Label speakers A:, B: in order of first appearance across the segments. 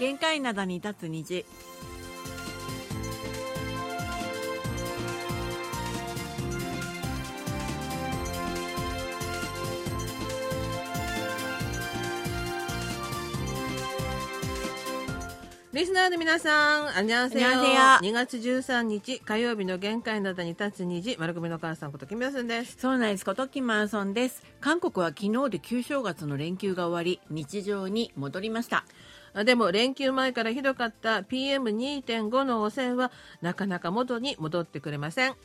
A: 限界灘に立つ虹。
B: リスナーの皆さん、あんにゃんせよ。2月13日火曜日の限界灘に立つ虹、丸組の母さんことキムヨスンです。
A: そうなんです。ことキムアソンです。韓国は昨日で旧正月の連休が終わり、日常に戻りました。
B: でも連休前からひどかった PM2.5 の汚染はなかなか元に戻ってくれません。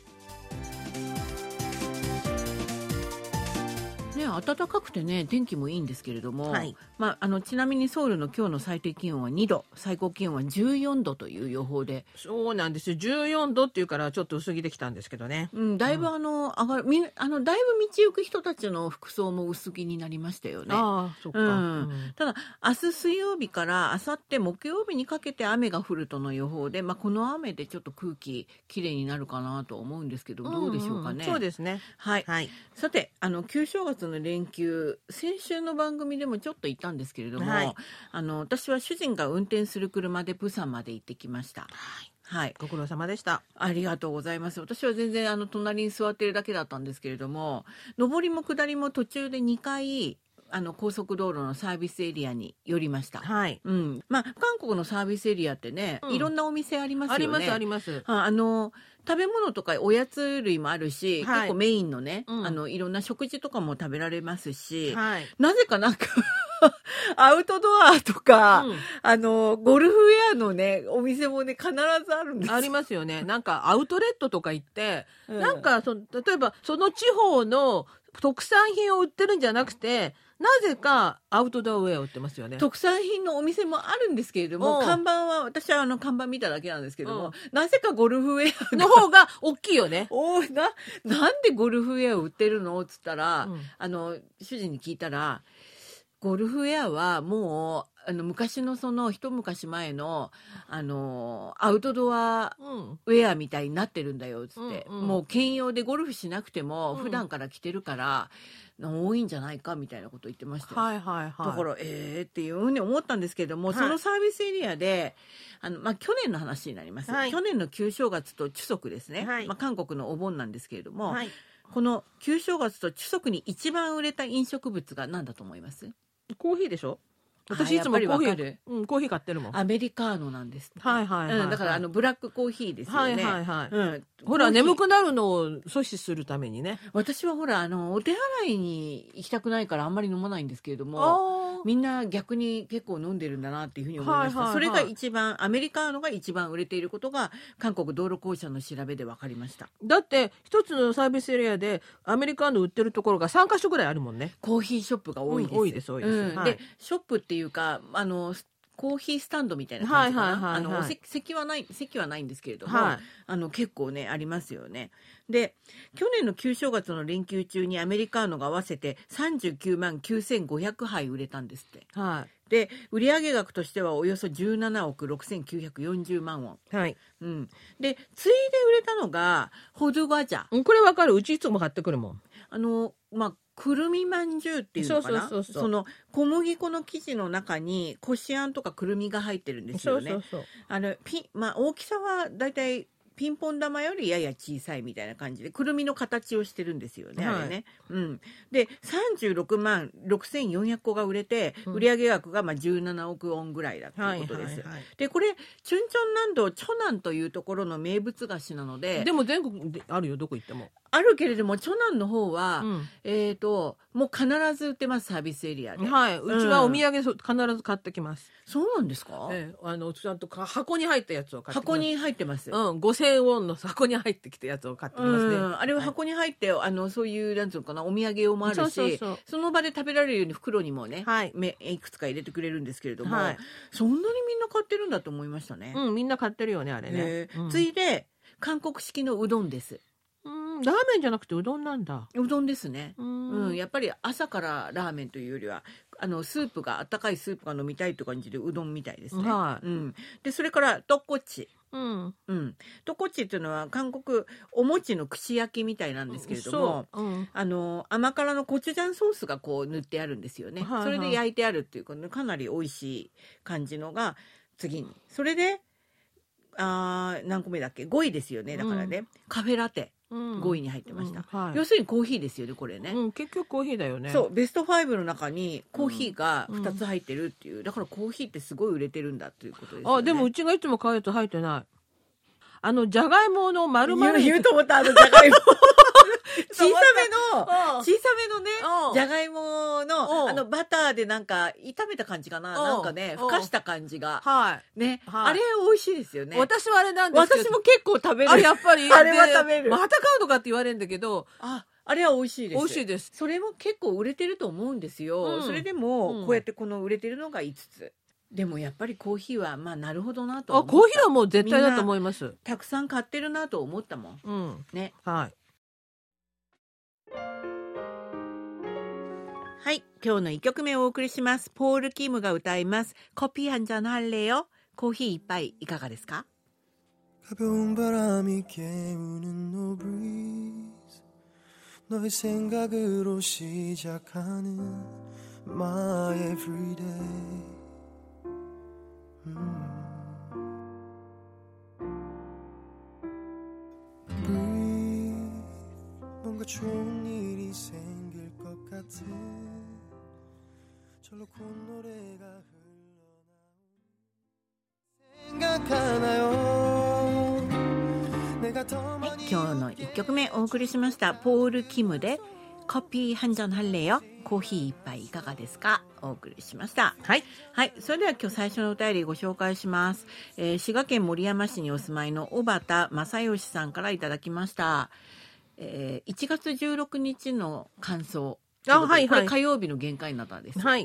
A: ね、暖かくてね、天気もいいんですけれども、
B: はい、
A: ちなみにソウルの今日の最低気温は2度、最高気温は14度という予報で。
B: そうなんですよ。14度っていうからちょっと薄着できたんですけどね。
A: だいぶ上がる、だいぶ道行く人たちの服装も薄着になりましたよね。
B: ああ、そっか。
A: ただ明日水曜日から明後日木曜日にかけて雨が降るとの予報で、この雨でちょっと空気きれいになるかなと思うんですけど、どうでしょうかね。
B: そうですね。
A: はい。さて、旧正月の連休、先週の番組でもちょっと言ったんですけれども、私は主人が運転する車でプサンまで行ってきました。はい、
B: ご苦労様でした。
A: ありがとうございます。私は全然隣に座っているだけだったんですけれども、上りも下りも途中で2回高速道路のサービスエリアに寄りました。韓国のサービスエリアってね、いろんなお店ありますよね。
B: あります。
A: 食べ物とかおやつ類もあるし、結構メインのね、いろんな食事とかも食べられますし、なぜかアウトドアとか、ゴルフウェアのね、お店もね、必ずあるんですよ。
B: ありますよね。アウトレットとか行って、例えばその地方の特産品を売ってるんじゃなくて、なぜかアウトドアウェア売ってますよね。
A: 特産品のお店もあるんですけれども、看板は、私は看板見ただけなんですけども、なぜかゴルフウェア
B: の方が大きいよね。
A: なんでゴルフウェアを売ってるのっつったら、主人に聞いたら、ゴルフウェアはもう昔の一昔前のアウトドアウェアみたいになってるんだよっつって、もう兼用でゴルフしなくても普段から着てるから、多いんじゃないかみたいなこと言ってましたよ。だからっていうふうに思ったんですけれども、そのサービスエリアで去年の話になります。去年の旧正月とチュソクですね。韓国のお盆なんですけれども、この旧正月とチュソクに一番売れた飲食物が何だと思います？
B: コーヒーでしょ。私いつもコーヒー買ってるもん。
A: アメリカーノなんです。だからブラックコーヒーですよね。
B: ほら、眠くなるのを阻止するためにね。
A: 私はほらお手洗いに行きたくないからあんまり飲まないんですけれども、みんな逆に結構飲んでるんだなっていうふうに思いました。それが一番、アメリカーノが一番売れていることが韓国道路公社の調べで分かりました。
B: だって一つのサービスエリアでアメリカーノ売ってるところが3カ所ぐらいあるもんね。
A: コーヒーショップが多いです。
B: 多いです。
A: でショップっていうかコーヒースタンドみたいな感じかな。席はないんですけれども、結構ねありますよね。で、去年の旧正月の連休中にアメリカーノが合わせて39万9500杯売れたんですって。で、売上額としてはおよそ17億6940万ウォン。で、次いで売れたのがホドゥガジャ。
B: これわかる。うちいつも買ってくるもん。
A: くるみまんじゅうっていうのかな。その小麦粉の生地の中にこしあんとかくるみが入ってるんですよね。大きさはだいたいピンポン玉よりやや小さいみたいな感じでくるみの形をしてるんですよね、あれね。で36万6400個が売れて、売上額が17億ウォンぐらいだということです。でこれチュンチョン南道チョナンというところの名物菓子なので、
B: でも全国であるよ、どこ行っても
A: あるけれども、チョナンの方は、もう必ず売ってます、サービスエリアで。
B: うちはお土産必ず買ってきます。
A: そうなんですか？
B: ちゃんと箱に入ったやつを買ってきます。
A: 箱に入ってます。
B: 5000ウォンの箱に入ってきたやつを買ってきますね。
A: あれは箱に入って、そういうなんつうのかな、お土産用もあるし、その場で食べられるように袋にもね、いくつか入れてくれるんですけれども、そんなにみんな買ってるんだと思いましたね。
B: みんな買ってるよね、あれね。
A: 次いで韓国式のうどんです。
B: ラーメンじゃなくてうどんなんだ。
A: うどんですね。やっぱり朝からラーメンというよりはスープが温かいスープが飲みたいという感じでうどんみたいですね。でそれからトッコッチ。トッコッチっていうのは韓国お餅の串焼きみたいなんですけれども、甘辛のコチュジャンソースがこう塗ってあるんですよね。それで焼いてあるっていうかなり美味しい感じのが次に。それで何個目だっけ、5位ですよね。だからね、カフェラテ5位に入ってました、
B: はい、
A: 要するにコーヒーですよねこれね、
B: 結局コーヒーだよね。
A: そう、ベスト5の中にコーヒーが2つ入ってるっていう、だからコーヒーってすごい売れてるんだっていうことですよね。
B: でもうちがいつも買うやつ入ってない。じゃがいもの丸々
A: 言うと思った、じゃがいも小さめのね、じゃがいものバターでなんか炒めた感じかな、なんかね、ふかした感じが、ね、あれ美味しいですよね。
B: 私はあれなんですけど、
A: 私も結構食べる。
B: やっぱり
A: あれは食べる。
B: また買うのかって言われるんだけど、
A: あれは美味しいです。
B: 美味しいです。
A: それも結構売れてると思うんですよ。それでもこうやってこの売れてるのが5つ。でもやっぱりコーヒーはまあなるほどなと思った。
B: コーヒーはもう絶対だと思います。
A: たくさん買ってるなと思ったもん。ね。
B: はい。
A: はい、今日の1曲目をお送りします。ポール・キムが歌います커피 한 잔 할래요。コーヒー一杯いかがですか。
C: 너의 생각으로 시작하는 my everyday. Breathe. 뭔가 좋은 일이 생길 것 같은 절로 콧노래가 흘러나오는 생각하나요?
A: 今日の1曲目お送りしました。ポール・キムで커피 한 잔 할래요。コーヒー一杯いかがですか。お送りしました。
B: はい、
A: はい、それでは今日最初のお便りご紹介します。滋賀県守山市にお住まいの小畑正義さんからいただきました。1月16日の感想。これ火曜日の限界になったんです。はい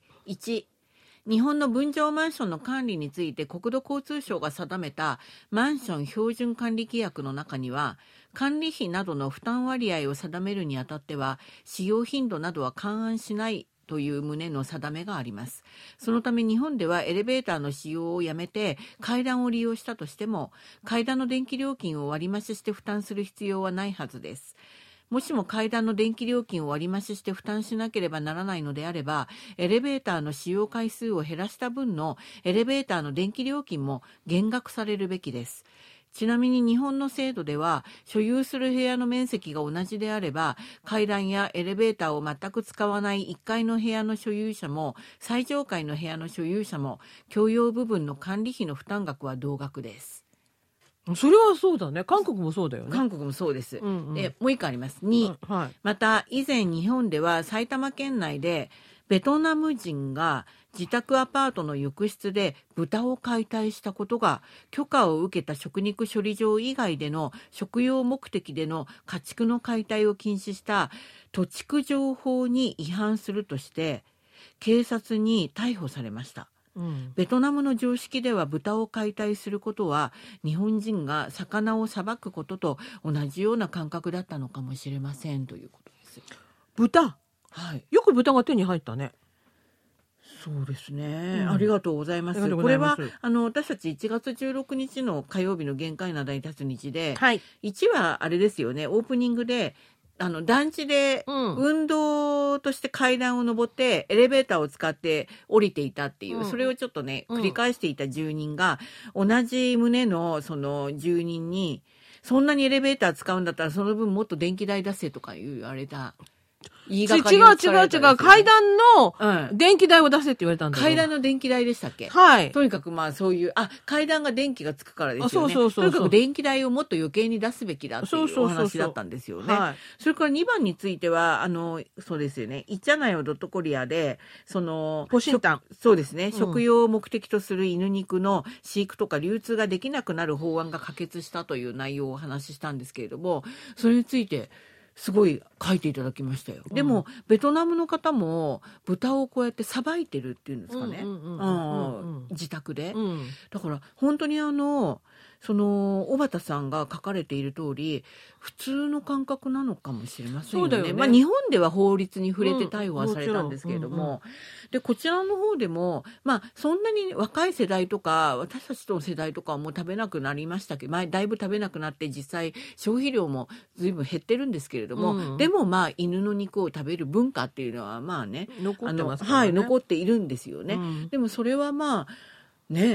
A: 、1、日本の分譲マンションの管理について国土交通省が定めたマンション標準管理規約の中には、管理費などの負担割合を定めるにあたっては使用頻度などは勘案しないという旨の定めがあります。そのため日本ではエレベーターの使用をやめて階段を利用したとしても、階段の電気料金を割増して負担する必要はないはずです。もしも階段の電気料金を割増して負担しなければならないのであれば、エレベーターの使用回数を減らした分のエレベーターの電気料金も減額されるべきです。ちなみに日本の制度では、所有する部屋の面積が同じであれば、階段やエレベーターを全く使わない1階の部屋の所有者も最上階の部屋の所有者も共用部分の管理費の負担額は同額です。
B: それはそうだね。韓国もそうだよね。
A: 韓国もそうです。でもう一個あります。2、また以前日本では埼玉県内でベトナム人が自宅アパートの浴室で豚を解体したことが許可を受けた食肉処理場以外での食用目的での家畜の解体を禁止した土地区条法に違反するとして警察に逮捕されました。ベトナムの常識では豚を解体することは日本人が魚をさばくことと同じような感覚だったのかもしれませんということです。
B: 豚、よく豚が手に入ったね。
A: そうですね、ありがとうございます。これは私たち1月16日の火曜日の限界灘に立つ日で、1はあれですよね、オープニングで団地で運動として階段を上ってエレベーターを使って降りていたっていう、それをちょっとね繰り返していた住人が、同じ棟のその住人にそんなにエレベーター使うんだったらその分もっと電気代出せとか言われた。
B: 違う階段の電気代を出せって言われたんだよ。
A: 階段の電気代でしたっけ。とにかくまあそういう階段が電気がつくからですよね。とにかく電気代をもっと余計に出すべきだっていうお話だったんですよね。それから2番についてはそうですよね、いっちゃなよコリアで
B: ポシンタン、
A: そうですね、食用を目的とする犬肉の飼育とか流通ができなくなる法案が可決したという内容をお話ししたんですけれども、それについてすごい書いていただきましたよ。でもベトナムの方も豚をこうやってさばいてるっていうんですかね、自宅で、だから本当に小畑さんが書かれている通り普通の感覚なのかもしれませんよね。そうだよね。日本では法律に触れて逮捕はされたんですけれども、でこちらの方でもそんなに若い世代とか私たちの世代とかはもう食べなくなりましたけど、だいぶ食べなくなって実際消費量も随分減ってるんですけれども、でも犬の肉を食べる文化っていうのはね、
B: 残ってますからね。
A: 残っているんですよね。でもそれはね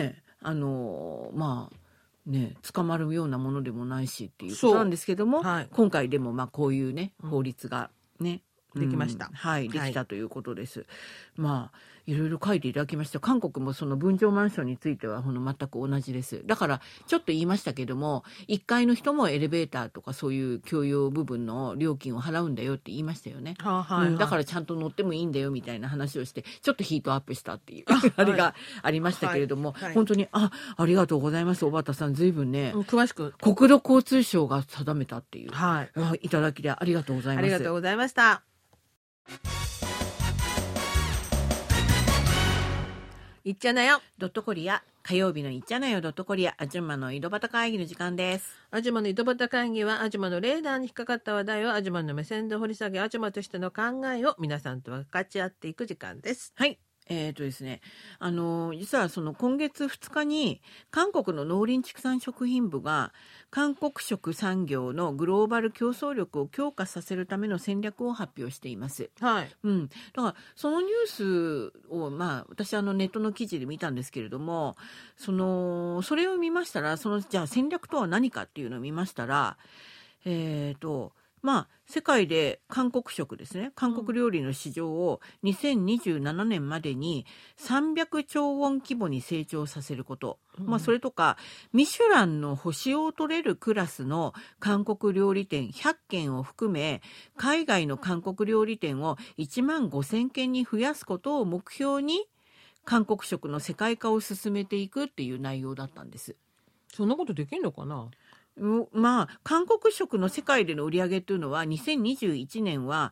A: まあね、捕まるようなものでもないしっていうことなんですけども、
B: はい、
A: 今回でもまあこういうね法律がね、
B: できました。
A: はい、できたということです。まあいろいろ書いていただきました。韓国もその分譲マンションについては全く同じです。だからちょっと言いましたけども、1階の人もエレベーターとかそういう共用部分の料金を払うんだよって言いましたよね。だからちゃんと乗ってもいいんだよみたいな話をして、ちょっとヒートアップしたっていうあれがありましたけれども、本当にありがとうございます。小畑さん随分ね、
B: 詳しく
A: 国土交通省が定めたっていう、いただきでありがとうございます。
B: ありがとうございました。いっちゃなよ
A: ドットコリア、火曜日のいっちゃなよドットコリア、あじゅまの井戸端会議の時間です。
B: あじゅまの井戸端会議は、あじゅまのレーダーに引っかかった話題をあじゅまの目線で掘り下げ、あじゅまとしての考えを皆さんと分かち合っていく時間です。
A: はい。ですね、実はその今月2日に韓国の農林畜産食品部が韓国食産業のグローバル競争力を強化させるための戦略を発表しています。
B: はい。
A: だからそのニュースを私ネットの記事で見たんですけれども、それを見ましたら、じゃあ戦略とは何かっていうのを見ましたら、世界で韓国食ですね、韓国料理の市場を2027年までに300兆ウォン規模に成長させること、それとかミシュランの星を取れるクラスの韓国料理店100軒を含め、海外の韓国料理店を1万5000軒に増やすことを目標に韓国食の世界化を進めていくっていう内容だったんです。
B: そんなことできるのかな。
A: 韓国食の世界での売り上げというのは2021年は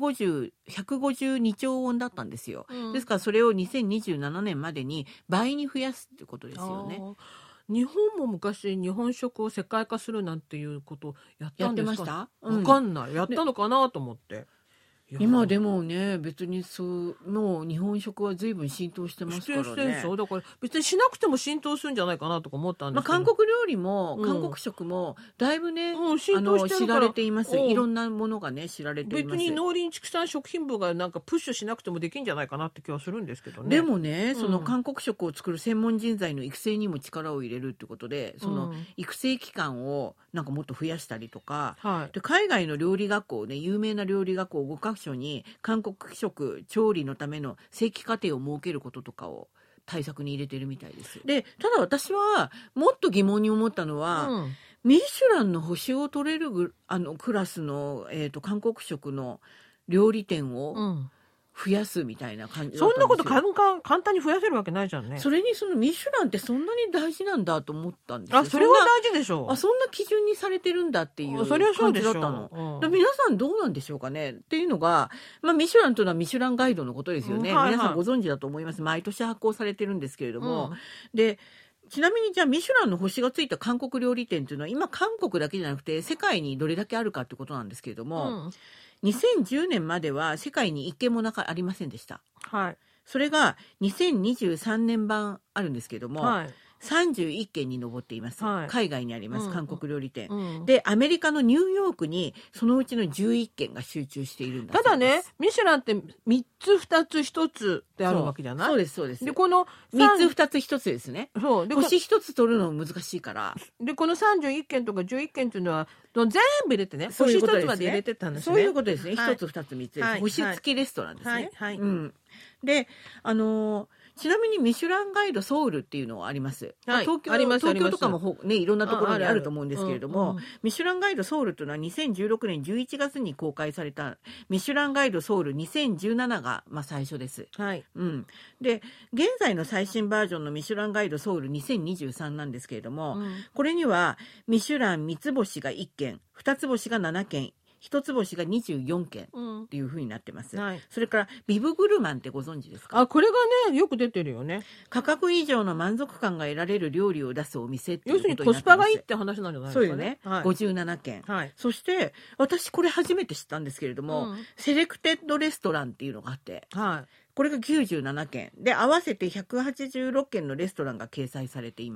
A: 152兆ウォンだったんですよ、ですからそれを2027年までに倍に増やすってことですよね。
B: 日本も昔日本食を世界化するなんていうことやったんですか。
A: やってました？
B: わかんない。やったのかなと思って。
A: 今でもね、別にもう日本食は随分浸透してますからね。
B: だから別にしなくても浸透するんじゃないかなとか思ったんですけど、
A: 韓国料理も韓国食もだいぶね、
B: 浸透してるから
A: 知られています。いろんなものがね知られています。
B: 別に農林畜産食品部がなんかプッシュしなくてもできるんじゃないかなって気はするんですけどね。
A: でもね、その韓国食を作る専門人材の育成にも力を入れるってことで、その育成期間をなんかもっと増やしたりとか、で海外の料理学校ね、有名な料理学校5カ所に韓国食調理のための正規課程を設けることとかを対策に入れてるみたいです。で、ただ私はもっと疑問に思ったのは、ミシュランの星を取れるクラスの、韓国食の料理店を増やすみたいな感じだったんですよ。
B: そんなこと簡単に増やせるわけないじゃんね。
A: それにそのミシュランってそんなに大事なんだと思ったんですよ。
B: それは大事でしょう。
A: そんな基準にされてるんだっていう感じだったの。皆さんどうなんでしょうかねっていうのが、ミシュランというのはミシュランガイドのことですよね。皆さんご存知だと思います。毎年発行されてるんですけれども、でちなみにじゃあミシュランの星がついた韓国料理店というのは今韓国だけじゃなくて世界にどれだけあるかってことなんですけれども、2010年までは世界に1件もありませんでした。それが2023年版あるんですけれども、31件に上っています、海外にあります韓国料理店、でアメリカのニューヨークにそのうちの11件が集中しているんだそうです。
B: ただね、ミシュランって3つ2つ1つってあるわけじゃない。
A: そうです。
B: でこの
A: 3つ2つ1つですね。
B: で
A: 星1つ取るの難しいから、
B: でこの31件とか11件っていうのは全部入れてね、星1つまで入れてたんですね。
A: そういうことですね。1つ2つ3つです、星付きレストランですね。でちなみにミシュランガイドソウルっていうのはあります。東京とかもね、いろんなところにあると思うんですけれども、ミシュランガイドソウルというのは2016年11月に公開されたミシュランガイドソウル2017が最初です。で現在の最新バージョンのミシュランガイドソウル2023なんですけれども、これにはミシュラン3つ星が1件、2つ星が7件、一つ星が24件っていう風になってます、それからビブグルマンってご存知ですか。
B: これがねよく出てるよね。
A: 価格以上の満足感が得られる料理を出すお店っていうことになってます。
B: 要するにコスパがいいって話なんじゃないですかね。
A: そうよね、57件、そして私これ初めて知ったんですけれども、セレクテッドレストランっていうのがあって、これが97件で合わせて186件のレストランが掲載されています。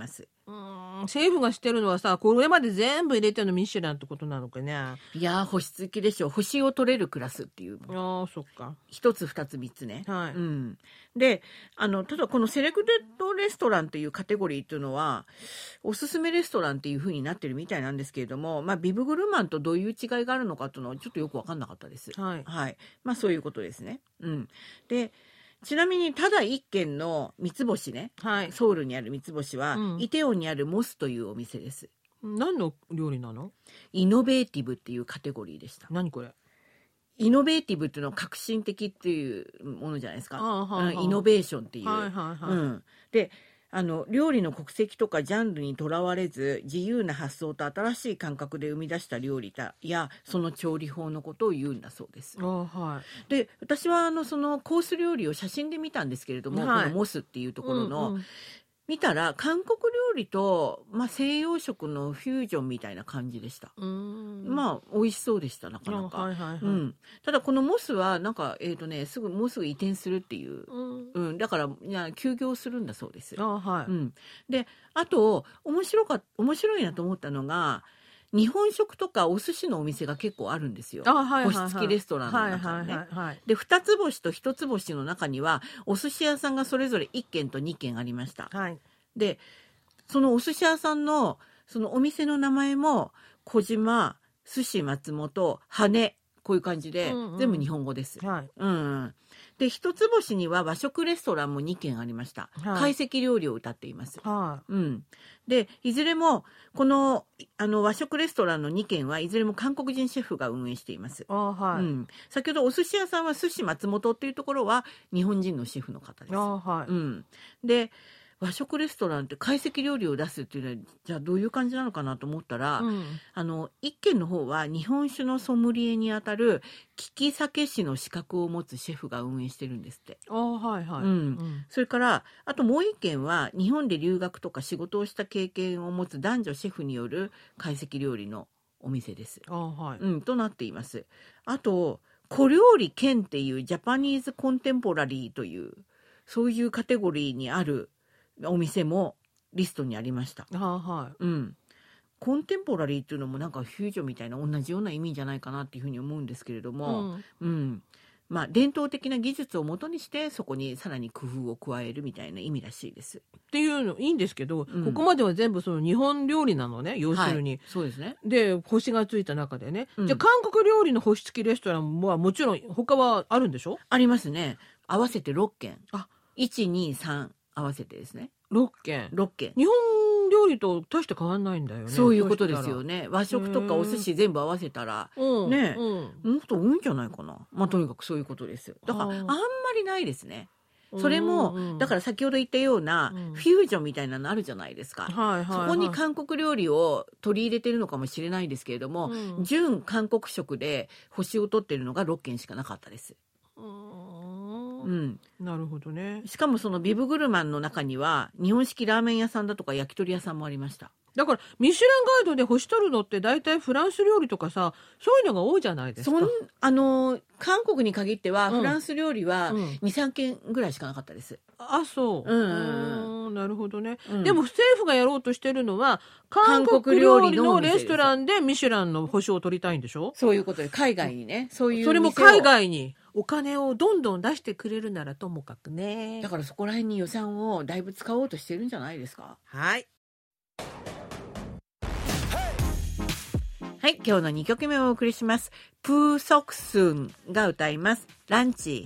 B: 政府がしてるのはさ、これまで全部入れてるのミシュランってことなのかね。
A: いやー、星付きでしょ。星を取れるクラスっていう。
B: ああ、そっか。
A: 1つ2つ3つね。
B: はい。
A: うん。で、ただこのセレクテッドレストランっていうカテゴリーっていうのは、おすすめレストランっていう風になってるみたいなんですけれども、まあ、ビブグルマンとどういう違いがあるのかっていうのはちょっとよくわかんなかったです。
B: はい。
A: はい。まあ、そういうことですね。うん。で、ちなみにただ一軒の三つ星ね、
B: はい。
A: ソウルにある三つ星は、イテウォンにあるモスというお店です。
B: 何の料理なの？
A: イノベーティブっていうカテゴリーでした。
B: 何これ？
A: イノベーティブっていうのは革新的っていうものじゃないですか。
B: はいはい、
A: イノベーションっていう。
B: はいはいはい。
A: うん、で、料理の国籍とかジャンルにとらわれず、自由な発想と新しい感覚で生み出した料理やその調理法のことを言うんだそうです。
B: はい、
A: で、私はそのコース料理を写真で見たんですけれども、
B: はい、
A: このモスっていうところの、見たら韓国料理と、まあ、西洋食のフュージョンみたいな感じでした。まあ美味しそうでした、なかなか。
B: はいはいはい、
A: ただこのモスはなんかもうすぐ移転するっていう、だから休業するんだそうです。
B: はい、
A: で、あと面白いなと思ったのが、日本食とかお寿司のお店が結構あるんですよ。星付きレストランの中にね。で、2つ星と1つ星の中にはお寿司屋さんがそれぞれ1軒と2軒ありました。
B: はい、
A: で、そのお寿司屋さんのそのお店の名前も小島、寿司松本、羽、こういう感じで、全部日本語です。
B: はい、
A: で、一つ星には和食レストランも2軒ありました。懐石料理を謳っています。で、いずれもこの和食レストランの2軒はいずれも韓国人シェフが運営しています。先ほどお寿司屋さんは寿司松本っていうところは日本人のシェフの方です。で、和食レストランって懐石料理を出すっていうのはじゃあどういう感じなのかなと思ったら、一軒の方は日本酒のソムリエにあたる利き酒師の資格を持つシェフが運営してるんですって。それからあともう一軒は日本で留学とか仕事をした経験を持つ男女シェフによる懐石料理のお店です。となっています。あと小料理兼っていうジャパニーズコンテンポラリーというそういうカテゴリーにあるお店もリストにありました。コンテンポラリーっていうのもなんかフュージョンみたいな同じような意味じゃないかなっていうふうに思うんですけれども、まあ伝統的な技術をもとにしてそこにさらに工夫を加えるみたいな意味らしいです。
B: っていうのいいんですけど、ここまでは全部その日本料理なのね、要するに。
A: そうですね。
B: で星がついた中でね、じゃあ韓国料理の星付きレストランはもちろん他はあるんでしょ？
A: ありますね。合わせて6軒。1、2、3合わせてですね。
B: 6軒。日本料理と大して変わんないんだよね。
A: そういうことですよね。和食とかお寿司全部合わせたらね、もっと多いんじゃないかな。まあとにかくそういうことですよ。だからあんまりないですね。それもだから先ほど言ったようなフュージョンみたいなのあるじゃないですか。そこに韓国料理を取り入れてるのかもしれないですけれども、純韓国食で星を取ってるのが6軒しかなかったです。
B: なるほどね。
A: しかもそのビブグルマンの中には日本式ラーメン屋さんだとか焼き鳥屋さんもありました。
B: だからミシュランガイドで星取るのって大体フランス料理とかさ、そういうのが多いじゃないですか。
A: 韓国に限ってはフランス料理は 2,3 軒ぐらいしかなかったです。
B: そう。なるほどね。でも政府がやろうとしてるのは韓国料理のレストランでミシュランの星を取りたいんでしょ？
A: そういうことで海外にね、そういう
B: それも海外にお金をどんどん出してくれるならともかくね。
A: だからそこら辺に予算をだいぶ使おうとしてるんじゃないですか。
B: はい、
A: 今日の2曲目をお送りします。プーソクスンが歌いますランチ。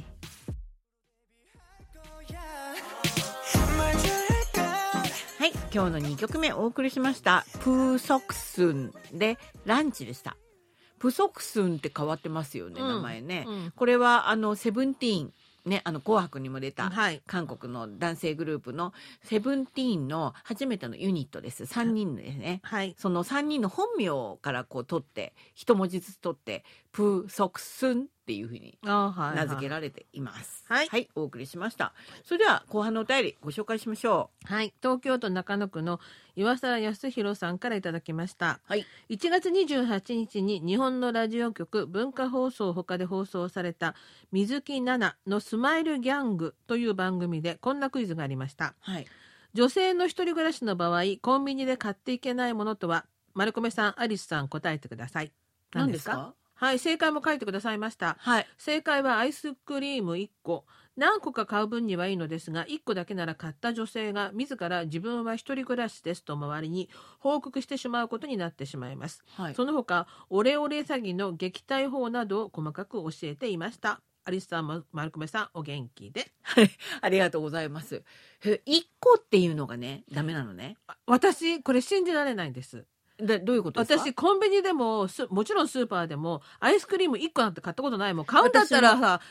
A: 今日の2曲目お送りしましたプーソクスンでランチでした。プソクスンって変わってますよね、名前ね。これはセブンティーンね、紅白にも出た韓国の男性グループのセブンティーンの初めてのユニットです。3人ですね。その3人の本名からこう取って一文字ずつ取ってプソクスンっていうふうに名付けられています。お送りしました。それでは後半のお便りご紹介しましょう。
B: 東京都中野区の岩沢康弘さんからいただきました。1月28日に日本のラジオ局文化放送他で放送された水木奈々のスマイルギャングという番組でこんなクイズがありました。 女性の一人暮らしの場合、コンビニで買っていけないものとは、丸米さん、アリスさん答えてください。
A: 何ですか？
B: はい、正解も書いてくださいました。
A: はい。
B: 正解はアイスクリーム1個。何個か買う分にはいいのですが、1個だけなら買った女性が自ら自分は一人暮らしですと周りに報告してしまうことになってしまいます。
A: はい。
B: その他、オレオレ詐欺の撃退法などを細かく教えていました。アリスさんも丸米さんお元気で。
A: ありがとうございます。1個っていうのがね、ダメなのね。
B: 私、これ信じられないんです。
A: どういうことですか？
B: 私コンビニでももちろんスーパーでもアイスクリーム1個なんて買ったことないもん。買うんだったら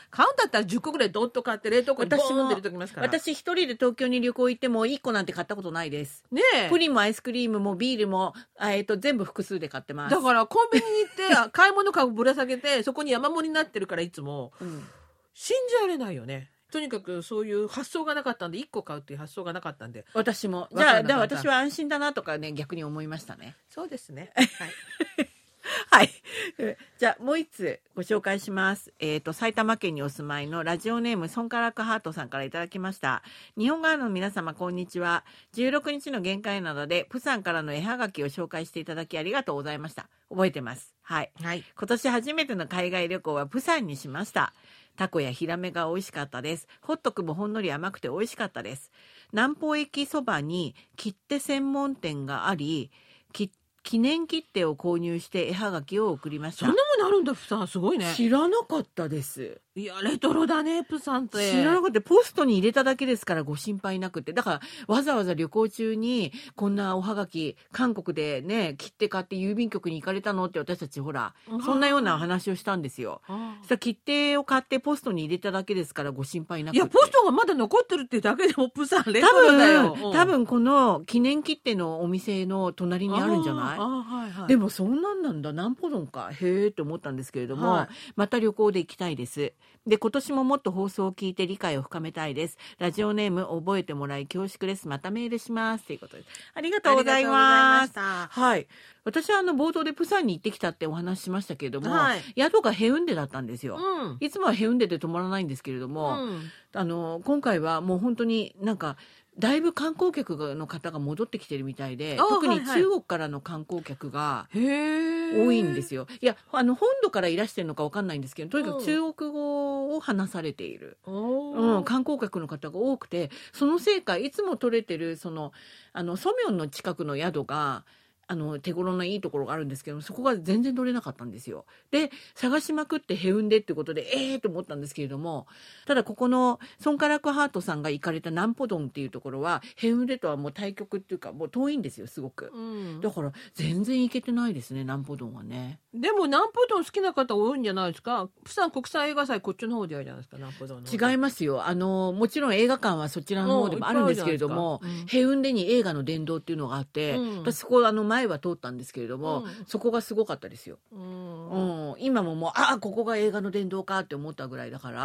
B: 10個ぐらいドッと買って冷凍庫にボーンって入れときますから。
A: 私一人で東京に旅行行っても1個なんて買ったことないです。
B: ねえ。
A: プリンもアイスクリームもビールも全部複数で買ってます。
B: だからコンビニに行って買い物かごぶら下げてそこに山盛りになってるからいつも、信じられないよね。とにかくそういう発想がなかったんで1個買うっていう発想がなかったんで。
A: 私もじゃあ私は安心だなとかね、逆に思いましたね。
B: そうですね。はい
A: はい。じゃあもう一つご紹介します。埼玉県にお住まいのラジオネームソンカラクハートさんからいただきました。日本側の皆様こんにちは。16日の限界などでプサンからの絵はがきを紹介していただきありがとうございました。覚えてます。はい。
B: はい、
A: 今年初めての海外旅行はプサンにしました。タコやヒラメが美味しかったです。ホットクもほんのり甘くて美味しかったです。南方駅そばに切手専門店があり、記念切手を購入して絵はがきを送りました。
B: そんなものあるんだ、プサン。すごいね。
A: 知らなかったです。
B: いや、レトロだね、プサンって。
A: 知らなかった。ポストに入れただけですからご心配なくて。だからわざわざ旅行中にこんなおはがき、韓国でね、切手買って郵便局に行かれたのって私たちほら、そんなような話をしたんですよ。そしたら切手を買ってポストに入れただけですからご心配なくて。
B: いや、ポストがまだ残ってるってだけでもプサンレトロだよ。
A: 多分この記念切手のお店の隣にあるんじゃない？
B: はいはい、
A: でもそんなんだ、南ポドンか、へえって思ったんですけれども、
B: はい、
A: また旅行で行きたいです。で、今年ももっと放送を聞いて理解を深めたいです。ラジオネーム覚えてもらい恐縮です。またメールしますということです。ありがとうございます。はい。私は冒頭でプサンに行ってきたってお話しましたけれども、はい、宿がヘウンデだったんですよ。いつもはヘウンデで泊まらないんですけれども、今回はもう本当になんかだいぶ観光客の方が戻ってきてるみたいで、特に中国からの観光客が多いんですよ。いや、本土からいらしてるのか分かんないんですけど、とにかく中国語を話されている、観光客の方が多くて、そのせいかいつも取れてるソミョンの近くの宿が手頃ないいところがあるんですけど、そこが全然取れなかったんですよ。で、探しまくってヘウンデってことでと思ったんですけれども、ただここのソンカラクハートさんが行かれたナンポドンっていうところはヘウンデとはもう対極っていうかもう遠いんですよ、すごく。だから全然行けてないですね、ナンポドンはね。
B: でもナンポドン好きな方多いんじゃないですか。プサン国際映画祭こっちの方でやるじゃないですか、ナンポドンの。
A: 違いますよ。もちろん映画館はそちらの方でもあるんですけれども、ヘウンデに映画の殿堂っていうのがあって、私そこ前は通ったんですけれども、そこがすごかったですよ。今ももうここが映画の殿堂かって思ったぐらいだから、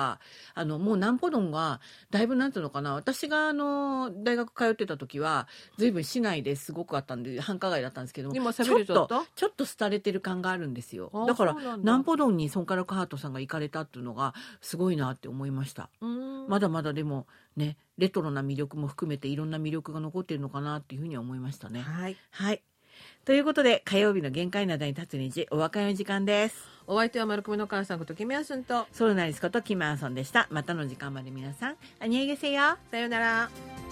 A: もうナンポドンがだいぶなんていうのかな、私が大学通ってた時は随分市内ですごくあったんで繁華街だったんですけども、
B: 今ちょっ
A: と廃れてる感があるんですよ。だからナンポドンにソンカラクハートさんが行かれたっていうのがすごいなって思いました。まだまだでもね、レトロな魅力も含めていろんな魅力が残っているのかなっていうふうには思いましたね。
B: はい、
A: はい、ということで火曜日の限界灘に立つ日、お別れの時間です。
B: お相手は丸組の母さんことキミヤスンと
A: ソルナリスことキムアンソンでした。またの時間まで皆さんアニエゲセヨ。
B: さようなら。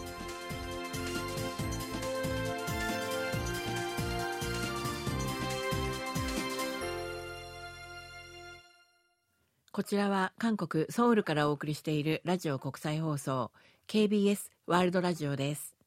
A: こちらは韓国ソウルからお送りしているラジオ国際放送 KBS ワールドラジオです。